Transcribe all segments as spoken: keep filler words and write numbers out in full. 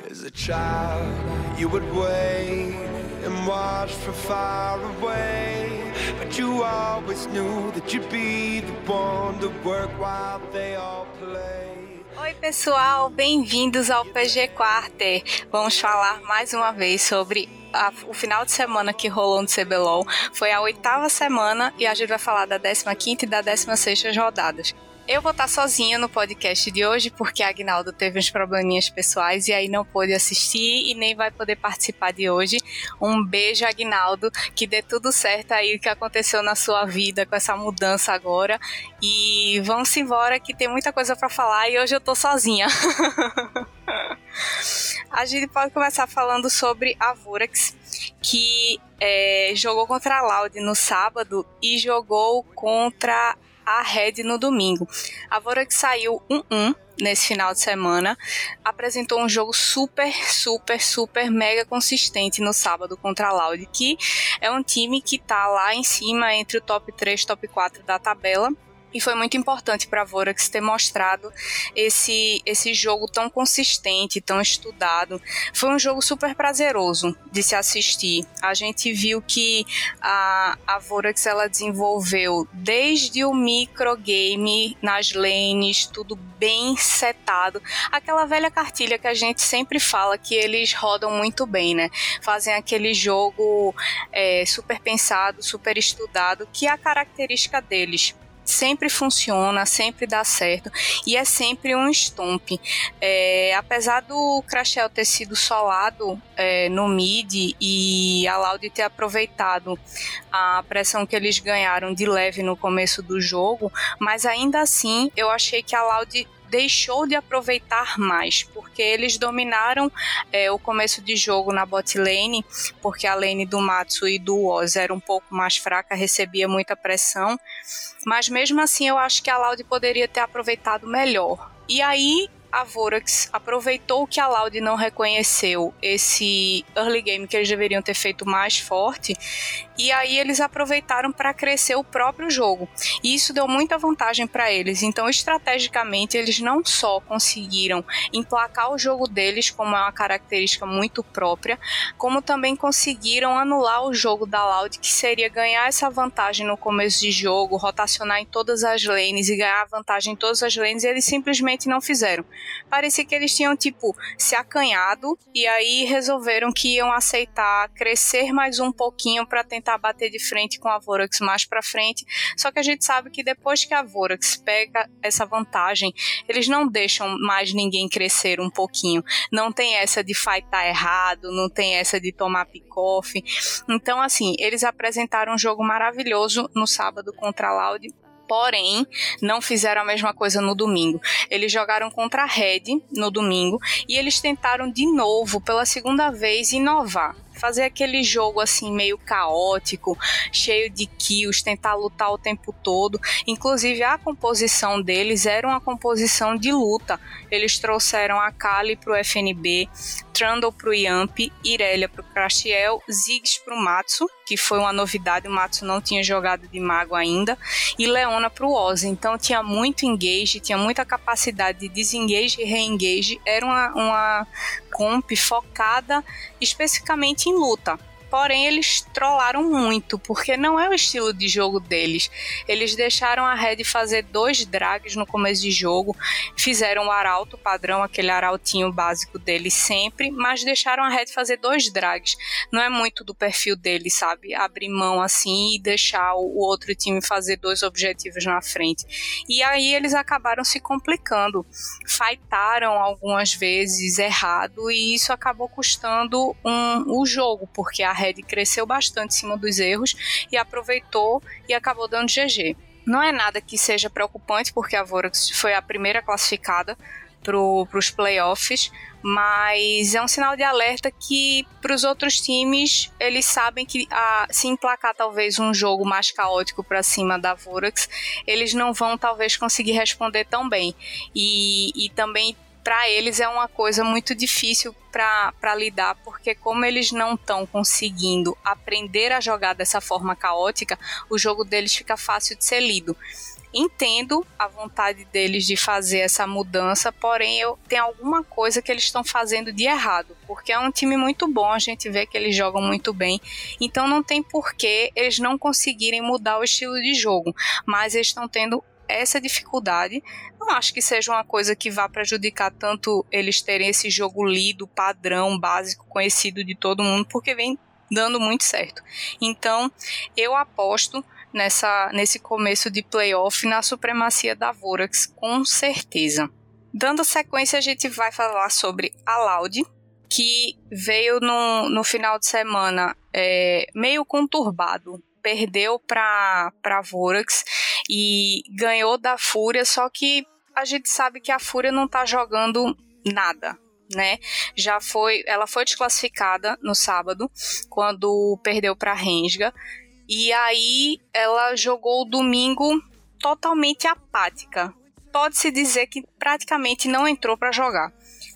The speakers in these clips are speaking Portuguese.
As a child, you would wait and watch from far away, but you always knew that you'd be the one to work while they all play. Oi pessoal, bem-vindos ao P G Quarter. Vamos falar mais uma vez sobre a, o final de semana que rolou no C B L O L. Foi a oitava semana e a gente vai falar da décima quinta e da décima sexta rodadas. Eu vou estar sozinha no podcast de hoje porque a Aguinaldo teve uns probleminhas pessoais e aí não pôde assistir e nem vai poder participar de hoje. Um beijo, Aguinaldo, que dê tudo certo aí o que aconteceu na sua vida com essa mudança agora. E vamos embora que tem muita coisa para falar e hoje eu tô sozinha. A gente pode começar falando sobre a Vorax, que é, jogou contra a Loud no sábado e jogou contra a Red no domingo. A Vorax saiu um a um nesse final de semana, apresentou um jogo super, super, super mega consistente no sábado contra a Loud, que é um time que tá lá em cima entre o top três e top quatro da tabela. E foi muito importante para a Vorax ter mostrado esse, esse jogo tão consistente, tão estudado. Foi um jogo super prazeroso de se assistir. A gente viu que a, a Vorax ela desenvolveu desde o microgame nas lanes, tudo bem setado. Aquela velha cartilha que a gente sempre fala que eles rodam muito bem, né? Fazem aquele jogo é, super pensado, super estudado, que é a característica deles. Sempre funciona, sempre dá certo e é sempre um stomp. É, apesar do Crashel ter sido solado é, no mid e a Loud ter aproveitado a pressão que eles ganharam de leve no começo do jogo, mas ainda assim eu achei que a Loud deixou de aproveitar mais, porque eles dominaram é, o começo de jogo na bot lane, porque a lane do Matsu e do Oz era um pouco mais fraca, recebia muita pressão, mas mesmo assim eu acho que a Loud poderia ter aproveitado melhor. E aí a Vorax aproveitou que a Loud não reconheceu esse early game que eles deveriam ter feito mais forte, e aí eles aproveitaram para crescer o próprio jogo. E isso deu muita vantagem para eles. Então, estrategicamente, eles não só conseguiram emplacar o jogo deles, como é uma característica muito própria, como também conseguiram anular o jogo da Loud, que seria ganhar essa vantagem no começo de jogo, rotacionar em todas as lanes e ganhar vantagem em todas as lanes, e eles simplesmente não fizeram. Parecia que eles tinham, tipo, se acanhado e aí resolveram que iam aceitar crescer mais um pouquinho para tentar bater de frente com a Vorax mais para frente. Só que a gente sabe que depois que a Vorax pega essa vantagem, eles não deixam mais ninguém crescer um pouquinho. Não tem essa de fightar errado, não tem essa de tomar pick-off. Então, assim, eles apresentaram um jogo maravilhoso no sábado contra a Loud. Porém, não fizeram a mesma coisa no domingo. Eles jogaram contra a Red no domingo e eles tentaram de novo, pela segunda vez, inovar. Fazer aquele jogo assim meio caótico, cheio de kills, tentar lutar o tempo todo. Inclusive a composição deles era uma composição de luta. Eles trouxeram a Kali pro F N B, Trundle pro Yamp, Irelia pro Crashiel, Ziggs pro Matsu, que foi uma novidade, o Matsu não tinha jogado de mago ainda, e Leona pro Oz. Então tinha muito engage, tinha muita capacidade de desengage e reengage. Era uma, uma comp focada especificamente em luta. Porém, eles trollaram muito, porque não é o estilo de jogo deles. Eles deixaram a Red fazer dois drags no começo de jogo, fizeram o arauto padrão, aquele arautinho básico deles sempre, mas deixaram a Red fazer dois drags. Não é muito do perfil deles, sabe? Abrir mão assim e deixar o outro time fazer dois objetivos na frente. E aí eles acabaram se complicando. Fightaram algumas vezes errado e isso acabou custando um, o jogo, porque a Red cresceu bastante em cima dos erros e aproveitou e acabou dando G G. Não é nada que seja preocupante, porque a Vorax foi a primeira classificada para os playoffs, mas é um sinal de alerta que para os outros times eles sabem que a, se emplacar talvez um jogo mais caótico para cima da Vorax, eles não vão talvez conseguir responder tão bem, e, e também para eles é uma coisa muito difícil para lidar, porque como eles não estão conseguindo aprender a jogar dessa forma caótica, o jogo deles fica fácil de ser lido. entendo a vontade deles de fazer essa mudança, porém eu, tem alguma coisa que eles estão fazendo de errado, porque é um time muito bom, a gente vê que eles jogam muito bem, então não tem porquê eles não conseguirem mudar o estilo de jogo, mas eles estão tendo essa dificuldade. Não acho que seja uma coisa que vá prejudicar tanto eles terem esse jogo lido, padrão, básico, conhecido de todo mundo, porque vem dando muito certo. Então, eu aposto nessa, nesse começo de playoff na supremacia da Vorax, com certeza. Dando sequência, a gente vai falar sobre a Loud, que veio no, no final de semana é, meio conturbado. Perdeu para a Vorax e ganhou da Fúria, só que a gente sabe que a Fúria não está jogando nada, né? Já foi, ela foi desclassificada no sábado, quando perdeu para a Rensga, e aí ela jogou o domingo totalmente apática. Pode-se dizer que praticamente não entrou para jogar,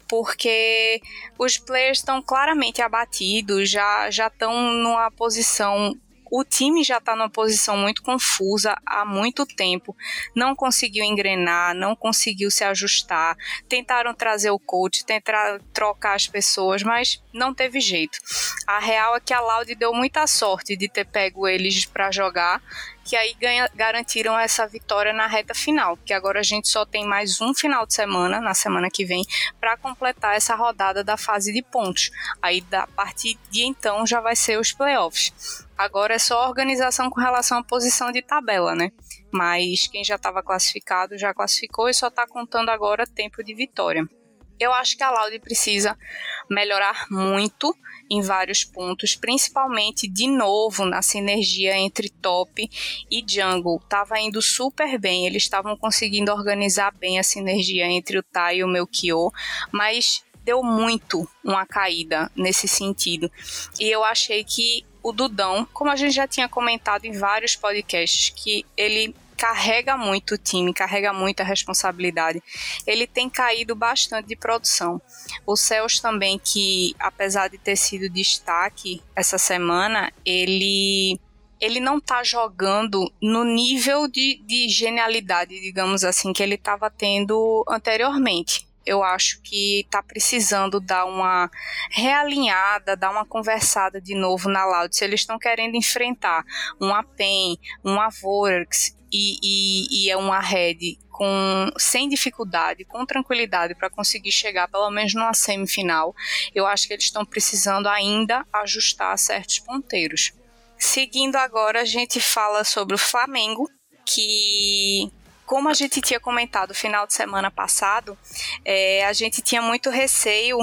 porque os players estão claramente abatidos, já já estão numa posição... O time já está numa posição muito confusa há muito tempo, não conseguiu engrenar, não conseguiu se ajustar, tentaram trazer o coach, tentaram trocar as pessoas, mas não teve jeito. A real é que a Loud deu muita sorte de ter pego eles para jogar, que aí ganha, garantiram essa vitória na reta final, que agora a gente só tem mais um final de semana, na semana que vem, para completar essa rodada da fase de pontos. Aí, a partir de então, já vai ser os playoffs. Agora é só organização com relação à posição de tabela, né? Mas quem já estava classificado, já classificou e só está contando agora tempo de vitória. Eu acho que a Loud precisa melhorar muito em vários pontos, principalmente de novo na sinergia entre top e jungle. Tava indo super bem, eles estavam conseguindo organizar bem a sinergia entre o Tai e o Melchior, mas deu muito uma caída nesse sentido. E eu achei que o Dudão, como a gente já tinha comentado em vários podcasts, que ele carrega muito o time, carrega muita responsabilidade. Ele tem caído bastante de produção. O Céus também, que apesar de ter sido destaque essa semana, ele, ele não está jogando no nível de, de genialidade, digamos assim, que ele estava tendo anteriormente. Eu acho que está precisando dar uma realinhada, dar uma conversada de novo na Loud. Se eles estão querendo enfrentar uma PEN, uma Vorax e, e, e é uma Red com, sem dificuldade, com tranquilidade para conseguir chegar pelo menos numa semifinal, eu acho que eles estão precisando ainda ajustar certos ponteiros. Seguindo agora, a gente fala sobre o Flamengo, que... Como a gente tinha comentado no final de semana passado, é, a gente tinha muito receio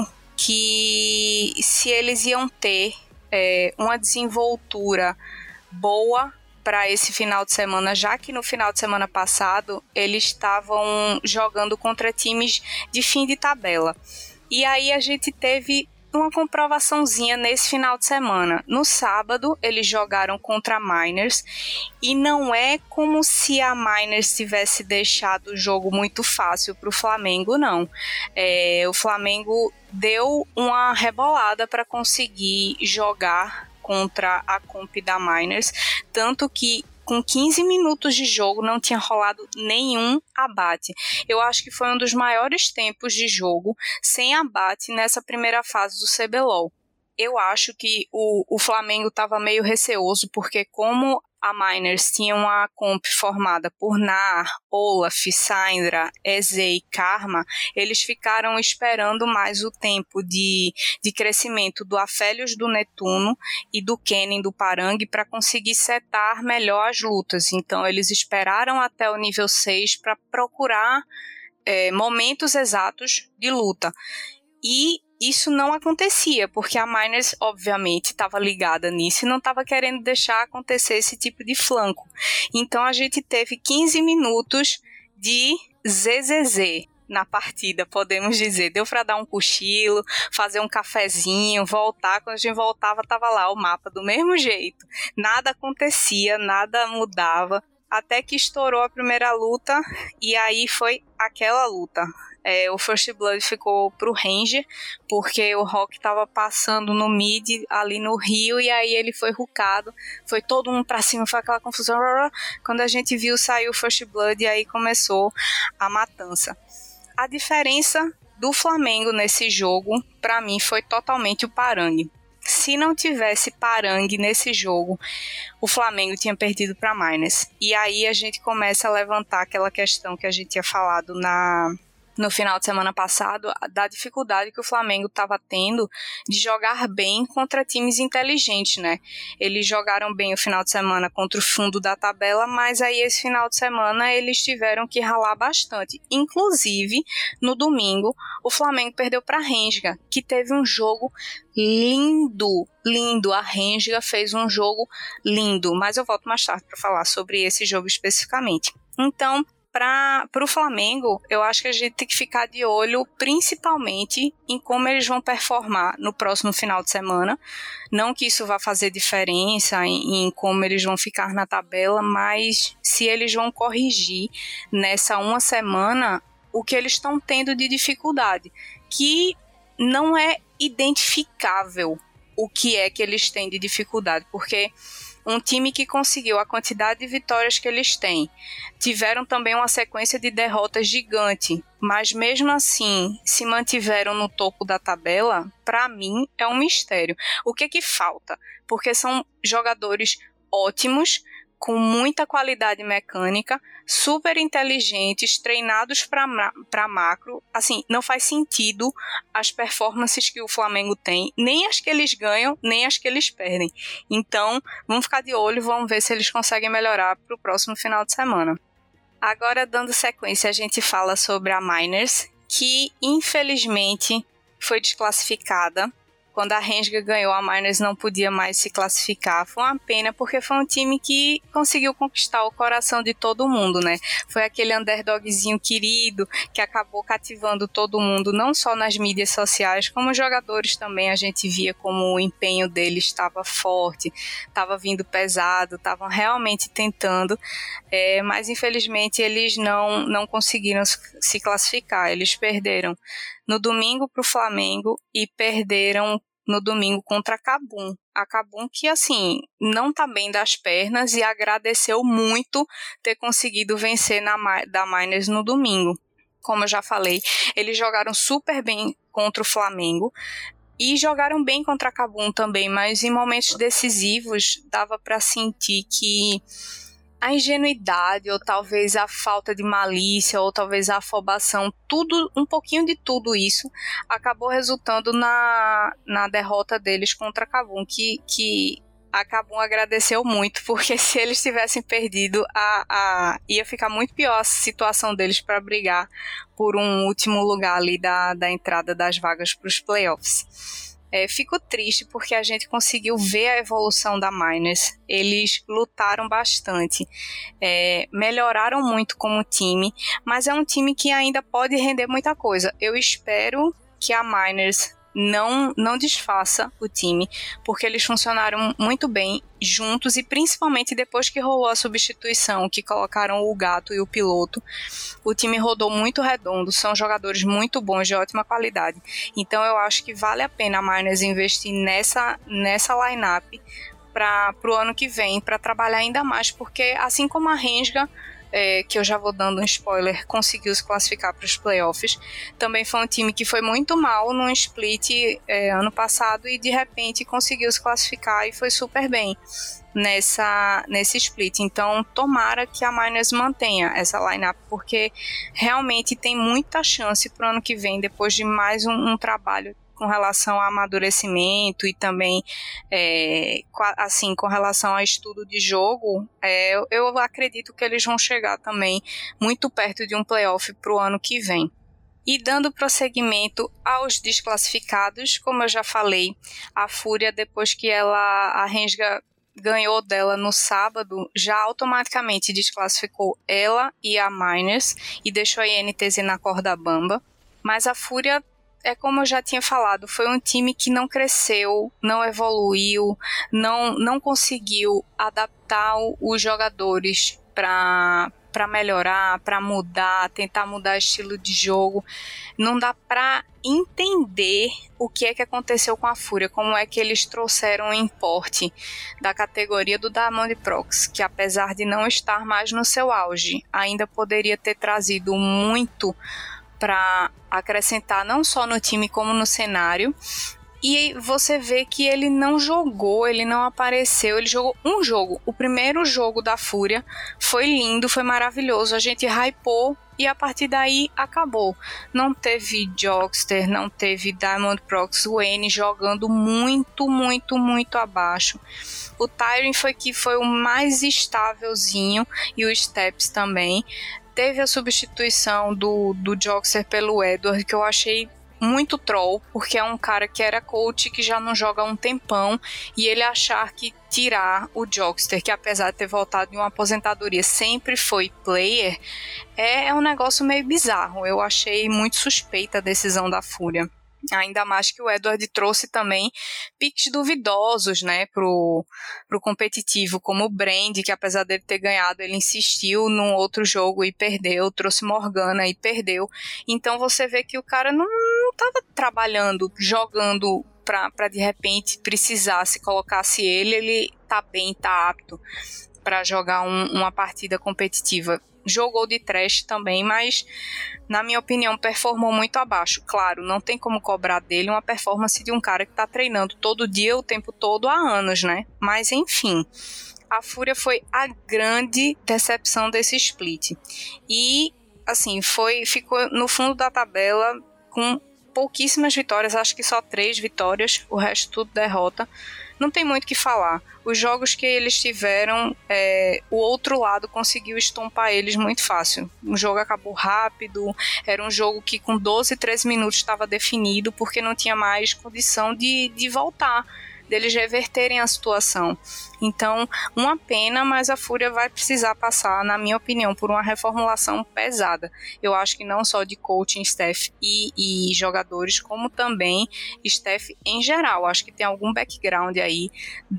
que se eles iam ter é, uma desenvoltura boa para esse final de semana, já que no final de semana passado eles estavam jogando contra times de fim de tabela. E aí a gente teve uma comprovaçãozinha nesse final de semana. No sábado, eles jogaram contra a Miners e não é como se a Miners tivesse deixado o jogo muito fácil para o Flamengo, não. É, o Flamengo deu uma rebolada para conseguir jogar contra a comp da Miners, tanto que com quinze minutos de jogo não tinha rolado nenhum abate. Eu acho que foi um dos maiores tempos de jogo sem abate nessa primeira fase do C B L O L. Eu acho que o, o Flamengo estava meio receoso, porque como a Miners tinha uma comp formada por Nar, Olaf, Syndra, Eze e Karma, eles ficaram esperando mais o tempo de, de crescimento do Aphelios do Netuno e do Kennen do Parang para conseguir setar melhor as lutas. Então eles esperaram até o nível seis para procurar é, momentos exatos de luta. E isso não acontecia, porque a Miners, obviamente, estava ligada nisso e não estava querendo deixar acontecer esse tipo de flanco. Então a gente teve quinze minutos de Z Z Z na partida, podemos dizer. Deu para dar um cochilo, fazer um cafezinho, voltar. Quando a gente voltava, estava lá o mapa do mesmo jeito. Nada acontecia, nada mudava. até que estourou a primeira luta, e aí foi aquela luta. É, o First Blood ficou pro Ranger, porque o Rock tava passando no mid ali no Rio, e aí ele foi rucado, foi todo mundo pra cima, foi aquela confusão. Quando a gente viu, saiu o First Blood e aí começou a matança. A diferença do Flamengo nesse jogo, pra mim, foi totalmente o Parangue. Se não tivesse Parangue nesse jogo, o Flamengo tinha perdido para Miners. E aí a gente começa a levantar aquela questão que a gente tinha falado na... no final de semana passado, da dificuldade que o Flamengo estava tendo de jogar bem contra times inteligentes, né? Eles jogaram bem o final de semana contra o fundo da tabela, mas aí esse final de semana eles tiveram que ralar bastante. Inclusive, no domingo, o Flamengo perdeu para a Renga, que teve um jogo lindo, lindo. A Renga fez um jogo lindo, mas eu volto mais tarde para falar sobre esse jogo especificamente. Então, para o Flamengo, eu acho que a gente tem que ficar de olho principalmente em como eles vão performar no próximo final de semana. Não que isso vá fazer diferença em, em como eles vão ficar na tabela, mas se eles vão corrigir nessa uma semana o que eles estão tendo de dificuldade, que não é identificável o que é que eles têm de dificuldade, porque um time que conseguiu a quantidade de vitórias que eles têm, tiveram também uma sequência de derrotas gigante, mas mesmo assim se mantiveram no topo da tabela, para mim é um mistério. O que que falta? Porque são jogadores ótimos, com muita qualidade mecânica, super inteligentes, treinados para macro. Assim, não faz sentido as performances que o Flamengo tem, nem as que eles ganham, nem as que eles perdem. Então, vamos ficar de olho, vamos ver se eles conseguem melhorar para o próximo final de semana. Agora, dando sequência, a gente fala sobre a Miners, que infelizmente foi desclassificada. Quando a Renga ganhou, a Miners não podia mais se classificar. Foi uma pena, porque foi um time que conseguiu conquistar o coração de todo mundo, né? Foi aquele underdogzinho querido que acabou cativando todo mundo, não só nas mídias sociais, como os jogadores também. A gente via como o empenho deles estava forte, estava vindo pesado, estavam realmente tentando, é, mas infelizmente eles não, não conseguiram se classificar. Eles perderam no domingo para o Flamengo e perderam no domingo contra a Kabum. A Kabum que, assim, não tá bem das pernas e agradeceu muito ter conseguido vencer na, da Miners no domingo. Como eu já falei, eles jogaram super bem contra o Flamengo e jogaram bem contra a Kabum também, mas em momentos decisivos dava para sentir que a ingenuidade, ou talvez a falta de malícia, ou talvez a afobação, tudo, um pouquinho de tudo isso, acabou resultando na, na derrota deles contra a Kabum, que, que a Kabum agradeceu muito, porque se eles tivessem perdido, a, a, ia ficar muito pior a situação deles para brigar por um último lugar ali da, da entrada das vagas para os playoffs. É, fico triste porque a gente conseguiu ver a evolução da Miners. Eles lutaram bastante, é, melhoraram muito como time, mas é um time que ainda pode render muita coisa. Eu espero que a Miners não, não desfaça o time, porque eles funcionaram muito bem juntos, e principalmente depois que rolou a substituição, que colocaram o Gato e o Piloto, o time rodou muito redondo. São jogadores muito bons, de ótima qualidade. Então eu acho que vale a pena a Miners investir nessa, nessa line-up para o ano que vem, para trabalhar ainda mais, porque assim como a Renga, É, que eu já vou dando um spoiler, conseguiu se classificar para os playoffs. Também foi um time que foi muito mal no split é, ano passado e de repente conseguiu se classificar e foi super bem nessa, nesse split. Então tomara que a Miners mantenha essa lineup, porque realmente tem muita chance para o ano que vem, depois de mais um, um trabalho com relação a amadurecimento e também é, assim, com relação a estudo de jogo, é, eu acredito que eles vão chegar também muito perto de um playoff para o ano que vem. E dando prosseguimento aos desclassificados, como eu já falei, a Fúria, depois que ela, a Renga ganhou dela no sábado, já automaticamente desclassificou ela e a Miners e deixou a I N T Z na corda bamba. Mas a Fúria, é como eu já tinha falado, foi um time que não cresceu, não evoluiu, não, não conseguiu adaptar os jogadores para para melhorar, para mudar, tentar mudar estilo de jogo. Não dá para entender o que é que aconteceu com a Fúria, como é que eles trouxeram o importe da categoria do Diamond Prox, que apesar de não estar mais no seu auge, ainda poderia ter trazido muito para acrescentar não só no time como no cenário. E você vê que ele não jogou, ele não apareceu, ele jogou um jogo. O primeiro jogo da Fúria foi lindo, foi maravilhoso, a gente hypou e a partir daí acabou. Não teve Jokster, não teve Diamond Prox, o N jogando muito, muito, muito abaixo. O Tyrion foi que foi o mais estávelzinho e o Steps também. Teve a substituição do, do Jokster pelo Edward, que eu achei muito troll, porque é um cara que era coach, que já não joga há um tempão, e ele achar que tirar o Jokster, que apesar de ter voltado de uma aposentadoria, sempre foi player, é, é um negócio meio bizarro. Eu achei muito suspeita a decisão da Fúria. Ainda mais que o Edward trouxe também picks duvidosos, né, pro, pro competitivo, como o Brand, que apesar dele ter ganhado, ele insistiu num outro jogo e perdeu, trouxe Morgana e perdeu. Então você vê que o cara não, não tava trabalhando, jogando pra, pra de repente precisar, se colocasse ele, ele tá bem, tá apto para jogar um, uma partida competitiva. Jogou de trash também, mas na minha opinião performou muito abaixo. Claro, não tem como cobrar dele uma performance de um cara que tá treinando todo dia, o tempo todo, há anos, né? Mas enfim, a Fúria foi a grande decepção desse split. E assim, foi, ficou no fundo da tabela com pouquíssimas vitórias, acho que só três vitórias, o resto tudo derrota. Não tem muito o que falar. Os jogos que eles tiveram, é, o outro lado conseguiu estompar eles muito fácil. O jogo acabou rápido, era um jogo que com doze, treze minutos estava definido, porque não tinha mais condição de, de voltar, deles reverterem a situação. Então, uma pena, mas a Fúria vai precisar passar, na minha opinião, por uma reformulação pesada. Eu acho que não só de coaching, staff e, e jogadores, como também staff em geral. Acho que tem algum background aí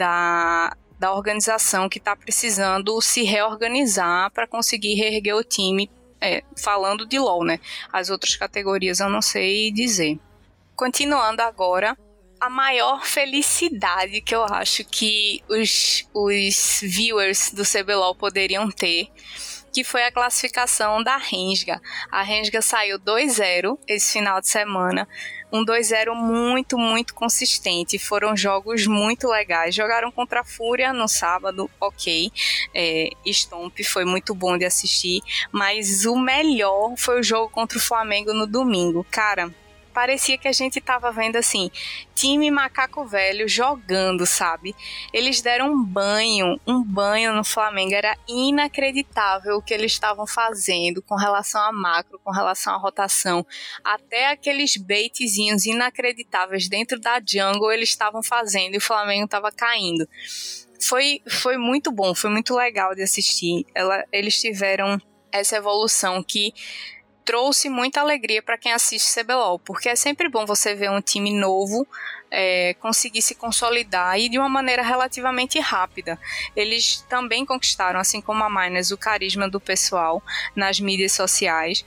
da, da organização que está precisando se reorganizar para conseguir reerguer o time, é, falando de LoL, né? As outras categorias eu não sei dizer. Continuando agora, a maior felicidade que eu acho que os, os viewers do C B LOL poderiam ter, que foi a classificação da Rensga. A Rensga saiu dois a zero esse final de semana, um dois a zero muito, muito consistente. Foram jogos muito legais. Jogaram contra a Fúria no sábado, ok. É, Stomp foi muito bom de assistir, mas o melhor foi o jogo contra o Flamengo no domingo. Cara, parecia que a gente tava vendo assim, time macaco velho jogando, sabe? Eles deram um banho, um banho no Flamengo. Era inacreditável o que eles estavam fazendo com relação a macro, com relação à rotação. Até aqueles baitzinhos inacreditáveis dentro da jungle eles estavam fazendo e o Flamengo tava caindo. Foi, foi muito bom, foi muito legal de assistir. Ela, eles tiveram essa evolução que trouxe muita alegria para quem assiste C B LOL, porque é sempre bom você ver um time novo é, conseguir se consolidar e de uma maneira relativamente rápida. Eles também conquistaram, assim como a Miners, o carisma do pessoal nas mídias sociais,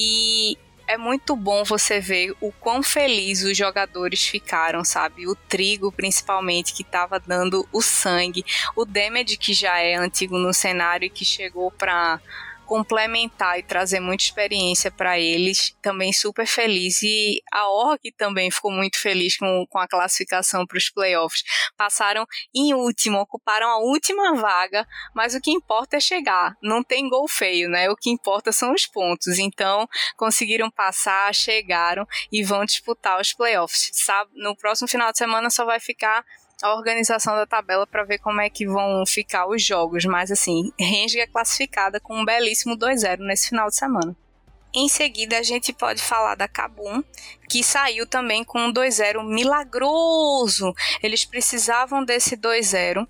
e é muito bom você ver o quão felizes os jogadores ficaram, sabe? O Trigo, principalmente, que estava dando o sangue, o Damage, que já é antigo no cenário e que chegou para complementar e trazer muita experiência para eles, também super feliz. E a Org também ficou muito feliz com, com a classificação para os playoffs. Passaram em último, ocuparam a última vaga, mas o que importa é chegar, não tem gol feio, né? O que importa são os pontos. Então conseguiram passar, chegaram e vão disputar os playoffs. Sabe, no próximo final de semana só vai ficar a organização da tabela para ver como é que vão ficar os jogos, mas assim, Rensga é classificada com um belíssimo dois a zero nesse final de semana. Em seguida a gente pode falar da Kabum, que saiu também com um dois a zero milagroso. Eles precisavam desse dois a zero,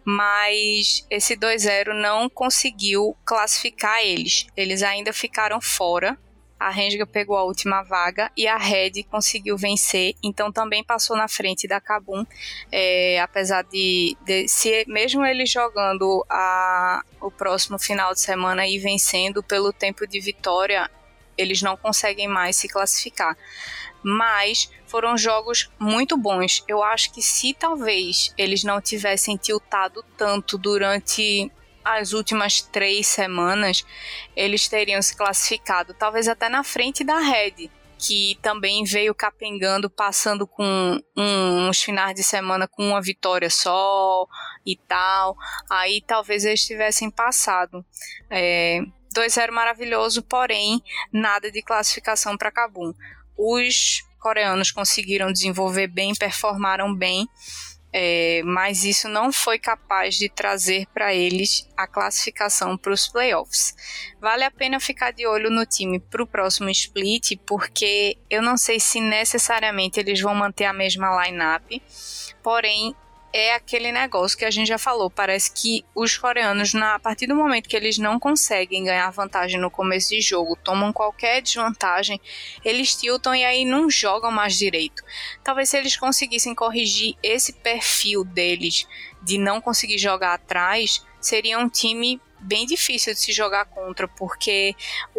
mas esse dois a zero não conseguiu classificar eles. Eles ainda ficaram fora a Renga pegou a última vaga e a Red conseguiu vencer, então também passou na frente da Kabum, é, apesar de, de se, mesmo ele jogando a, o próximo final de semana e vencendo pelo tempo de vitória, eles não conseguem mais se classificar. Mas foram jogos muito bons. Eu acho que se talvez eles não tivessem tiltado tanto durante as últimas três semanas, eles teriam se classificado, talvez até na frente da Red, que também veio capengando, passando com um, uns finais de semana com uma vitória só e tal. Aí talvez eles tivessem passado. É, dois a zero maravilhoso, porém nada de classificação para Kabum. Os coreanos conseguiram desenvolver bem, performaram bem, é, mas isso não foi capaz de trazer para eles a classificação para os playoffs. Vale a pena ficar de olho no time para o próximo split, porque eu não sei se necessariamente eles vão manter a mesma line-up, porém é aquele negócio que a gente já falou, parece que os coreanos, na, a partir do momento que eles não conseguem ganhar vantagem no começo de jogo, tomam qualquer desvantagem, eles tiltam e aí não jogam mais direito. Talvez se eles conseguissem corrigir esse perfil deles de não conseguir jogar atrás, seria um time bem difícil de se jogar contra, porque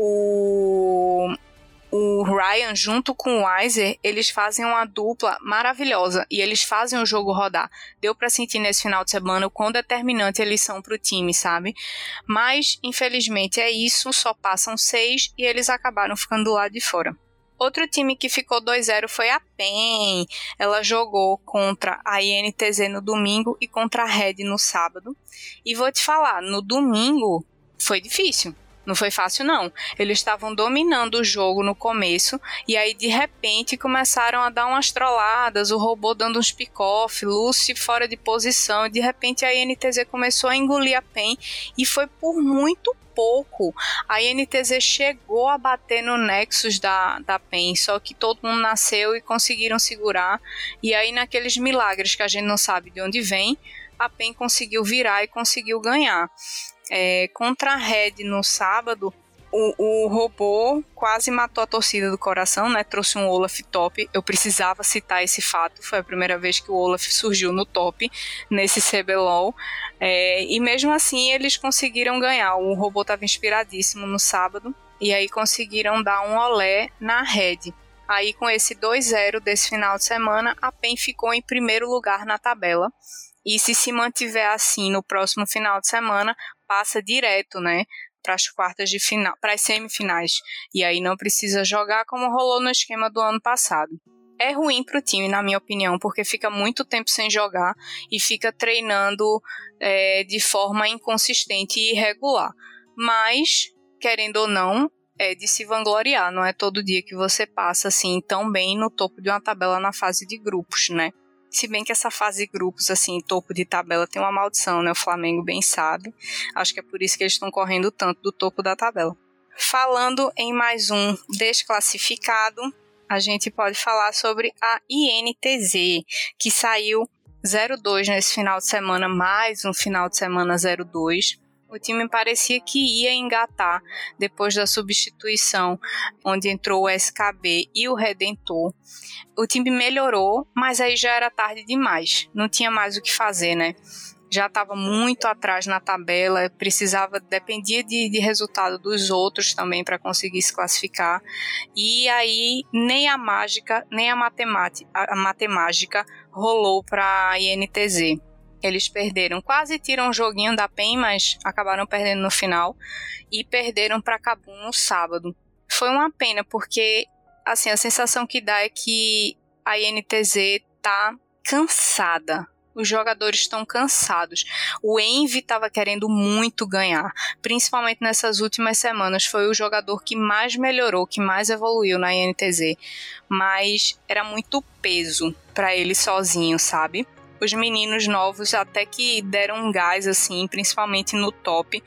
o... o Ryan junto com o Weiser, eles fazem uma dupla maravilhosa e eles fazem o jogo rodar. Deu pra sentir nesse final de semana o quão determinante eles são pro time, sabe? Mas, infelizmente, é isso, só passam seis e eles acabaram ficando do lado de fora. Outro time que ficou dois a zero foi a P E N. Ela jogou contra a I N T Z no domingo e contra a Red no sábado. E vou te falar, no domingo foi difícil. Não foi fácil, não. Eles estavam dominando o jogo no começo e aí, de repente, começaram a dar umas trolladas, o robô dando uns pick-off, Lucy fora de posição, e de repente a I N T Z começou a engolir a P E N e foi por muito pouco. A I N T Z chegou a bater no Nexus da, da P E N, só que todo mundo nasceu e conseguiram segurar, e aí naqueles milagres que a gente não sabe de onde vem, a P E N conseguiu virar e conseguiu ganhar. É, contra a Red no sábado, o, o robô quase matou a torcida do coração, né? Trouxe um Olaf top. Eu precisava citar esse fato. Foi a primeira vez que o Olaf surgiu no top nesse C B L O L. É, e mesmo assim eles conseguiram ganhar. O robô estava inspiradíssimo no sábado e aí conseguiram dar um olé na Red. Aí com esse dois a zero desse final de semana, a P E N ficou em primeiro lugar na tabela. E se se mantiver assim no próximo final de semana, passa direto, né, para as quartas de final, para as semifinais. E aí não precisa jogar como rolou no esquema do ano passado. É ruim para o time, na minha opinião, porque fica muito tempo sem jogar e fica treinando é, de forma inconsistente e irregular. Mas, querendo ou não, é de se vangloriar. Não é todo dia que você passa assim tão bem no topo de uma tabela na fase de grupos, né? Se bem que essa fase de grupos, assim, topo de tabela tem uma maldição, né? O Flamengo bem sabe. Acho que é por isso que eles estão correndo tanto do topo da tabela. Falando em mais um desclassificado, a gente pode falar sobre a I N T Z, que saiu zero a dois nesse final de semana, mais um final de semana zero a dois. O time parecia que ia engatar depois da substituição, onde entrou o S K B e o Redentor. O time melhorou, mas aí já era tarde demais. Não tinha mais o que fazer, né? Já estava muito atrás na tabela, precisava, dependia de, de resultado dos outros também para conseguir se classificar. E aí nem a mágica, nem a matemática, a matemática rolou para a I N T Z. Eles perderam, quase tiram o joguinho da P E N, mas acabaram perdendo no final e perderam para Kabum no sábado. Foi uma pena, porque assim, a sensação que dá é que a I N T Z tá cansada. Os jogadores estão cansados. O Envy estava querendo muito ganhar, principalmente nessas últimas semanas. Foi o jogador que mais melhorou, que mais evoluiu na I N T Z. Mas era muito peso para ele sozinho, sabe? Os meninos novos até que deram um gás, assim, principalmente no top,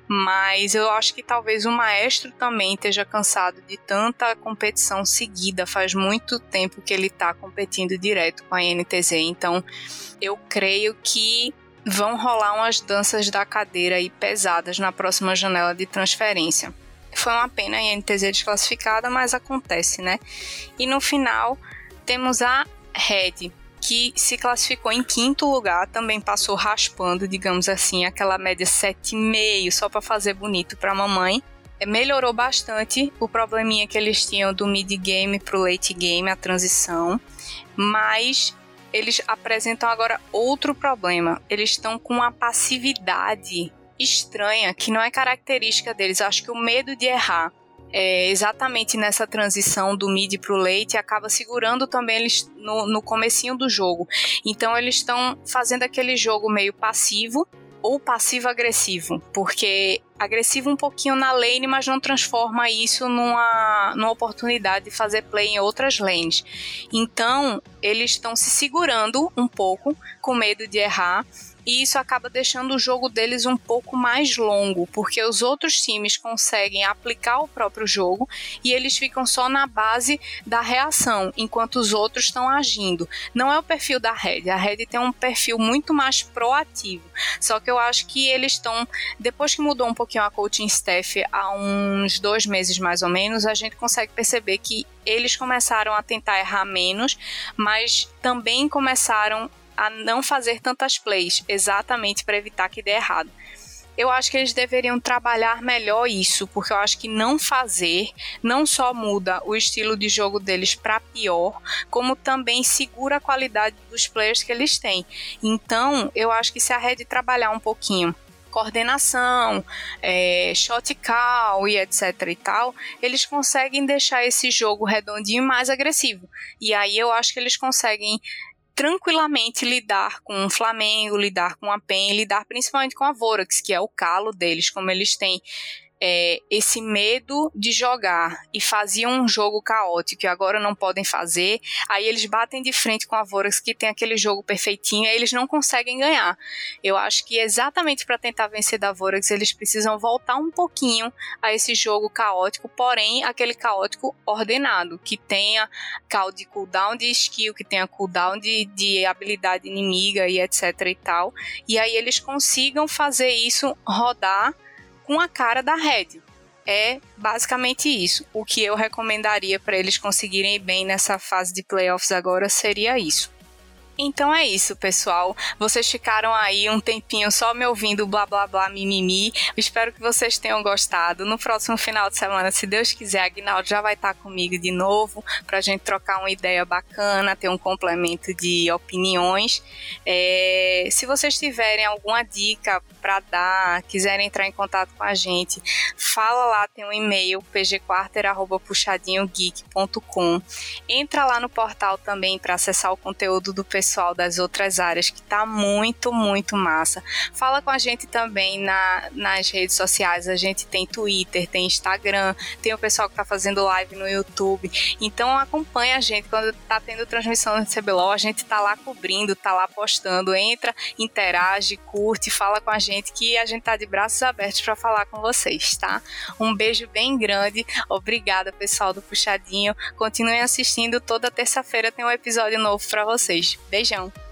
mas eu acho que talvez o maestro também esteja cansado de tanta competição seguida. Faz muito tempo que ele está competindo direto com a I N T Z, então eu creio que vão rolar umas danças da cadeira aí pesadas na próxima janela de transferência. Foi uma pena a I N T Z desclassificada, mas acontece, né? E no final, temos a Red, que se classificou em quinto lugar, também passou raspando, digamos assim, aquela média sete vírgula cinco, só para fazer bonito para a mamãe. Melhorou bastante o probleminha que eles tinham do mid-game para o late-game, a transição, mas eles apresentam agora outro problema. Eles estão com uma passividade estranha, que não é característica deles. Eu acho que o medo de errar é, exatamente nessa transição do mid para o late acaba segurando também eles no, no comecinho do jogo. Então eles estão fazendo aquele jogo meio passivo ou passivo-agressivo, porque agressivo um pouquinho na lane, mas não transforma isso numa, numa oportunidade de fazer play em outras lanes. Então, eles estão se segurando um pouco, com medo de errar, e isso acaba deixando o jogo deles um pouco mais longo, porque os outros times conseguem aplicar o próprio jogo e eles ficam só na base da reação, enquanto os outros estão agindo. Não é o perfil da Red, a Red tem um perfil muito mais proativo, só que eu acho que eles estão, depois que mudou um pouquinho a coaching staff há uns dois meses mais ou menos, a gente consegue perceber que eles começaram a tentar errar menos, mas também começaram a não fazer tantas plays, exatamente para evitar que dê errado. Eu acho que eles deveriam trabalhar melhor isso, porque eu acho que não fazer não só muda o estilo de jogo deles para pior, como também segura a qualidade dos players que eles têm. Então, eu acho que se a Red trabalhar um pouquinho coordenação, é, shot call e etc e tal, eles conseguem deixar esse jogo redondinho e mais agressivo. E aí eu acho que eles conseguem tranquilamente lidar com o Flamengo, lidar com a P E N, lidar principalmente com a Vorax, que é o calo deles, como eles têm é, esse medo de jogar e faziam um jogo caótico e agora não podem fazer, aí eles batem de frente com a Vorax, que tem aquele jogo perfeitinho, e eles não conseguem ganhar. Eu acho que exatamente para tentar vencer da Vorax, eles precisam voltar um pouquinho a esse jogo caótico, porém aquele caótico ordenado, que tenha call de cooldown de skill, que tenha cooldown de, de habilidade inimiga e etc e tal, e aí eles consigam fazer isso rodar com a cara da Red. É basicamente isso. O que eu recomendaria para eles conseguirem ir bem nessa fase de playoffs agora seria isso. Então é isso, pessoal. Vocês ficaram aí um tempinho só me ouvindo blá blá blá mimimi. Espero que vocês tenham gostado. No próximo final de semana, se Deus quiser, a Aguinaldo já vai estar comigo de novo pra gente trocar uma ideia bacana, ter um complemento de opiniões. É, se vocês tiverem alguma dica para dar, quiserem entrar em contato com a gente, fala lá, tem um e-mail p g quarter arroba puxadinho geek ponto com. Entra lá no portal também para acessar o conteúdo do pessoal das outras áreas, que tá muito, muito massa. Fala com a gente também na, nas redes sociais, a gente tem Twitter, tem Instagram, tem o pessoal que tá fazendo live no YouTube, então acompanha a gente, quando tá tendo transmissão no C B L O L, a gente tá lá cobrindo, tá lá postando, entra, interage, curte, fala com a gente, que a gente tá de braços abertos para falar com vocês, tá? Um beijo bem grande, obrigada pessoal do Puxadinho, continuem assistindo, toda terça-feira tem um episódio novo para vocês. Beijão!